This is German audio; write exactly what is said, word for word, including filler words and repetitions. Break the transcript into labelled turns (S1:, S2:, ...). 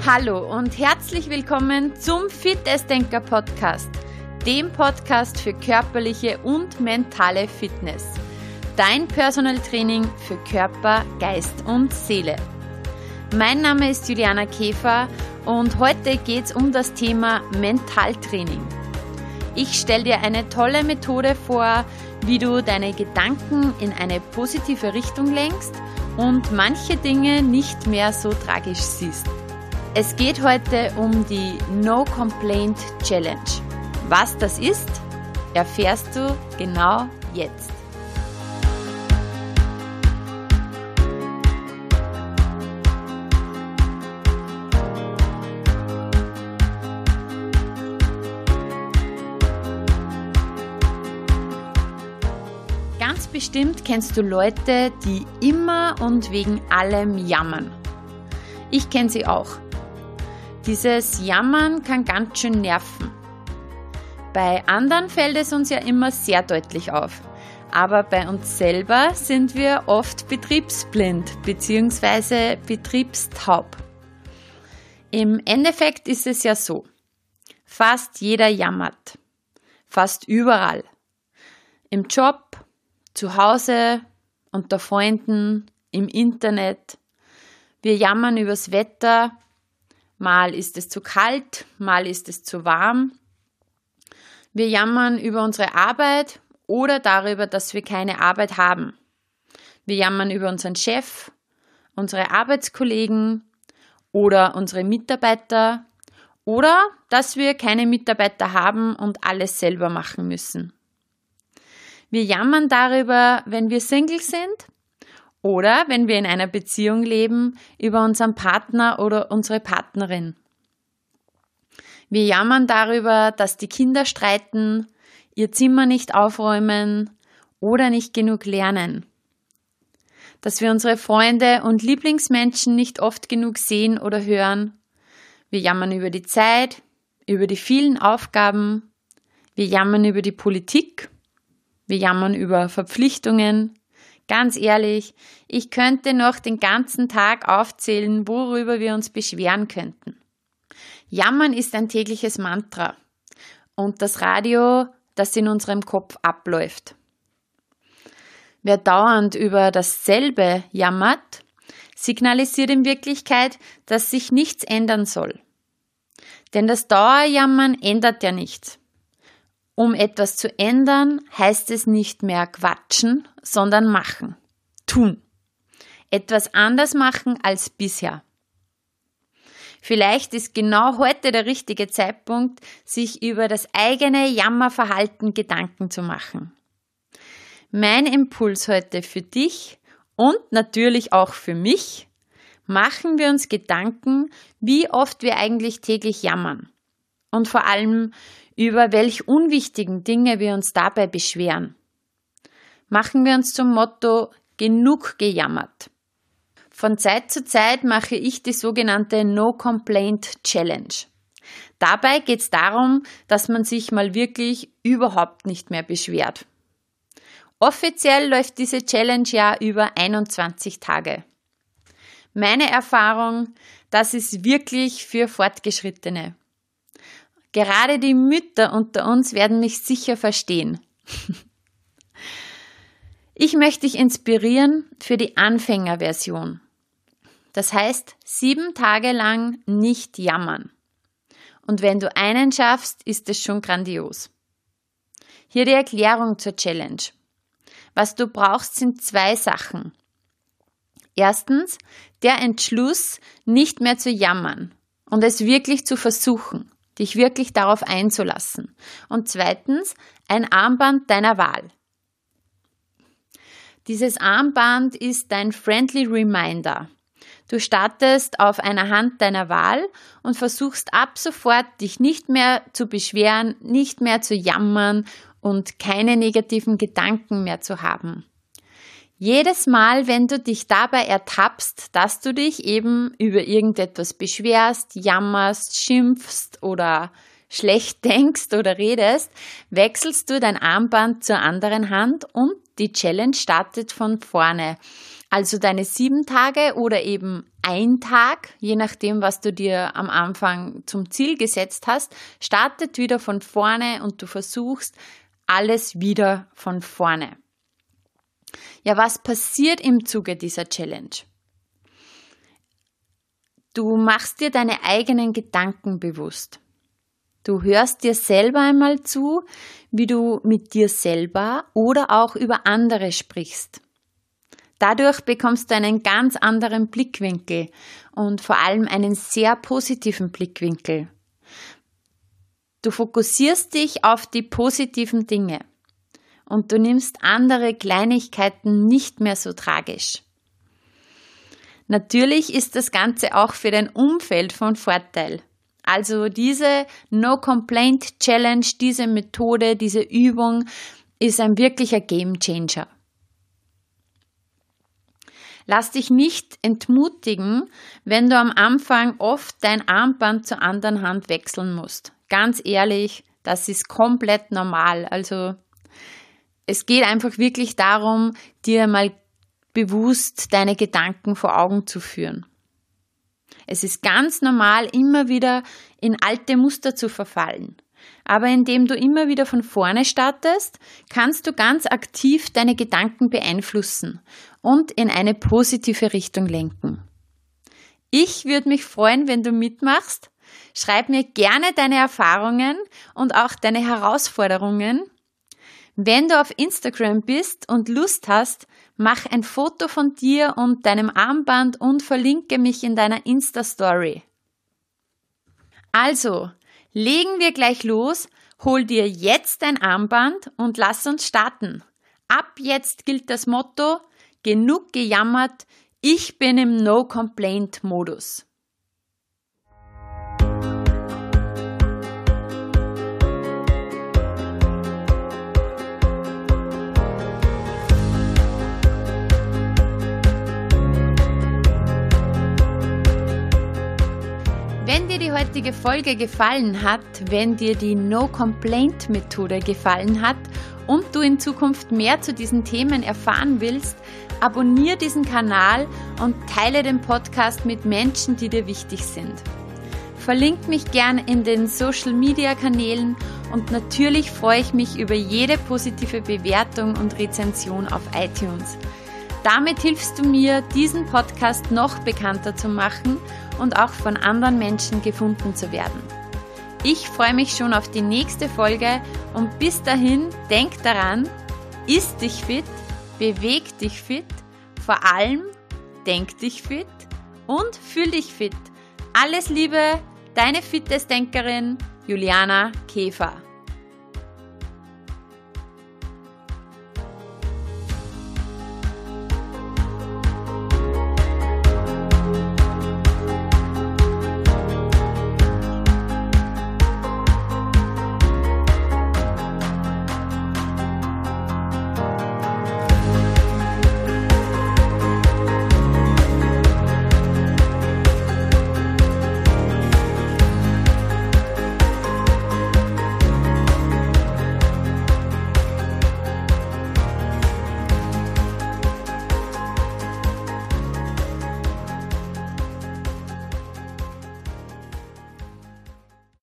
S1: Hallo und herzlich willkommen zum Fit-Denker Podcast, dem Podcast für körperliche und mentale Fitness. Dein Personal Training für Körper, Geist und Seele. Mein Name ist Juliana Käfer und heute geht es um das Thema Mentaltraining. Ich stelle dir eine tolle Methode vor, wie du deine Gedanken in eine positive Richtung lenkst und manche Dinge nicht mehr so tragisch siehst. Es geht heute um die No Complaint Challenge. Was das ist, erfährst du genau jetzt. Ganz bestimmt kennst du Leute, die immer und wegen allem jammern. Ich kenne sie auch. Dieses Jammern kann ganz schön nerven. Bei anderen fällt es uns ja immer sehr deutlich auf. Aber bei uns selber sind wir oft betriebsblind bzw. betriebstaub. Im Endeffekt ist es ja so. Fast jeder jammert. Fast überall. Im Job, zu Hause, unter Freunden, im Internet. Wir jammern übers Wetter. Mal ist es zu kalt, mal ist es zu warm. Wir jammern über unsere Arbeit oder darüber, dass wir keine Arbeit haben. Wir jammern über unseren Chef, unsere Arbeitskollegen oder unsere Mitarbeiter oder dass wir keine Mitarbeiter haben und alles selber machen müssen. Wir jammern darüber, wenn wir Single sind oder wenn wir in einer Beziehung leben, über unseren Partner oder unsere Partnerin. Wir jammern darüber, dass die Kinder streiten, ihr Zimmer nicht aufräumen oder nicht genug lernen. Dass wir unsere Freunde und Lieblingsmenschen nicht oft genug sehen oder hören. Wir jammern über die Zeit, über die vielen Aufgaben. Wir jammern über die Politik. Wir jammern über Verpflichtungen. Ganz ehrlich, ich könnte noch den ganzen Tag aufzählen, worüber wir uns beschweren könnten. Jammern ist ein tägliches Mantra und das Radio, das in unserem Kopf abläuft. Wer dauernd über dasselbe jammert, signalisiert in Wirklichkeit, dass sich nichts ändern soll. Denn das Dauerjammern ändert ja nichts. Um etwas zu ändern, heißt es nicht mehr quatschen, sondern machen, tun. Etwas anders machen als bisher. Vielleicht ist genau heute der richtige Zeitpunkt, sich über das eigene Jammerverhalten Gedanken zu machen. Mein Impuls heute für dich und natürlich auch für mich: Machen wir uns Gedanken, wie oft wir eigentlich täglich jammern. Und vor allem, über welch unwichtigen Dinge wir uns dabei beschweren. Machen wir uns zum Motto genug gejammert. Von Zeit zu Zeit mache ich die sogenannte No Complaint Challenge. Dabei geht es darum, dass man sich mal wirklich überhaupt nicht mehr beschwert. Offiziell läuft diese Challenge ja über einundzwanzig Tage. Meine Erfahrung, das ist wirklich für Fortgeschrittene. Gerade die Mütter unter uns werden mich sicher verstehen. Ich möchte dich inspirieren für die Anfängerversion. Das heißt, sieben Tage lang nicht jammern. Und wenn du einen schaffst, ist es schon grandios. Hier die Erklärung zur Challenge. Was du brauchst, sind zwei Sachen. Erstens, der Entschluss, nicht mehr zu jammern und es wirklich zu versuchen. Dich wirklich darauf einzulassen. Und zweitens, ein Armband deiner Wahl. Dieses Armband ist dein Friendly Reminder. Du startest auf einer Hand deiner Wahl und versuchst ab sofort, dich nicht mehr zu beschweren, nicht mehr zu jammern und keine negativen Gedanken mehr zu haben. Jedes Mal, wenn du dich dabei ertappst, dass du dich eben über irgendetwas beschwerst, jammerst, schimpfst oder schlecht denkst oder redest, wechselst du dein Armband zur anderen Hand und die Challenge startet von vorne. Also deine sieben Tage oder eben ein Tag, je nachdem, was du dir am Anfang zum Ziel gesetzt hast, startet wieder von vorne und du versuchst alles wieder von vorne. Ja, was passiert im Zuge dieser Challenge? Du machst dir deine eigenen Gedanken bewusst. Du hörst dir selber einmal zu, wie du mit dir selber oder auch über andere sprichst. Dadurch bekommst du einen ganz anderen Blickwinkel und vor allem einen sehr positiven Blickwinkel. Du fokussierst dich auf die positiven Dinge und du nimmst andere Kleinigkeiten nicht mehr so tragisch. Natürlich ist das Ganze auch für dein Umfeld von Vorteil. Also diese No-Complaint-Challenge, diese Methode, diese Übung ist ein wirklicher Game-Changer. Lass dich nicht entmutigen, wenn du am Anfang oft dein Armband zur anderen Hand wechseln musst. Ganz ehrlich, das ist komplett normal. Also es geht einfach wirklich darum, dir mal bewusst deine Gedanken vor Augen zu führen. Es ist ganz normal, immer wieder in alte Muster zu verfallen. Aber indem du immer wieder von vorne startest, kannst du ganz aktiv deine Gedanken beeinflussen und in eine positive Richtung lenken. Ich würde mich freuen, wenn du mitmachst. Schreib mir gerne deine Erfahrungen und auch deine Herausforderungen. Wenn du auf Instagram bist und Lust hast, mach ein Foto von dir und deinem Armband und verlinke mich in deiner Insta-Story. Also, legen wir gleich los, hol dir jetzt dein Armband und lass uns starten. Ab jetzt gilt das Motto, genug gejammert, ich bin im No-Complaint-Modus. Wenn dir die heutige Folge gefallen hat, wenn dir die No-Complaint-Methode gefallen hat und du in Zukunft mehr zu diesen Themen erfahren willst, abonniere diesen Kanal und teile den Podcast mit Menschen, die dir wichtig sind. Verlink mich gern in den Social-Media-Kanälen und natürlich freue ich mich über jede positive Bewertung und Rezension auf iTunes. Damit hilfst du mir, diesen Podcast noch bekannter zu machen und auch von anderen Menschen gefunden zu werden. Ich freue mich schon auf die nächste Folge und bis dahin denk daran, iss dich fit, beweg dich fit, vor allem denk dich fit und fühl dich fit. Alles Liebe, deine Fitnessdenkerin Juliana Käfer.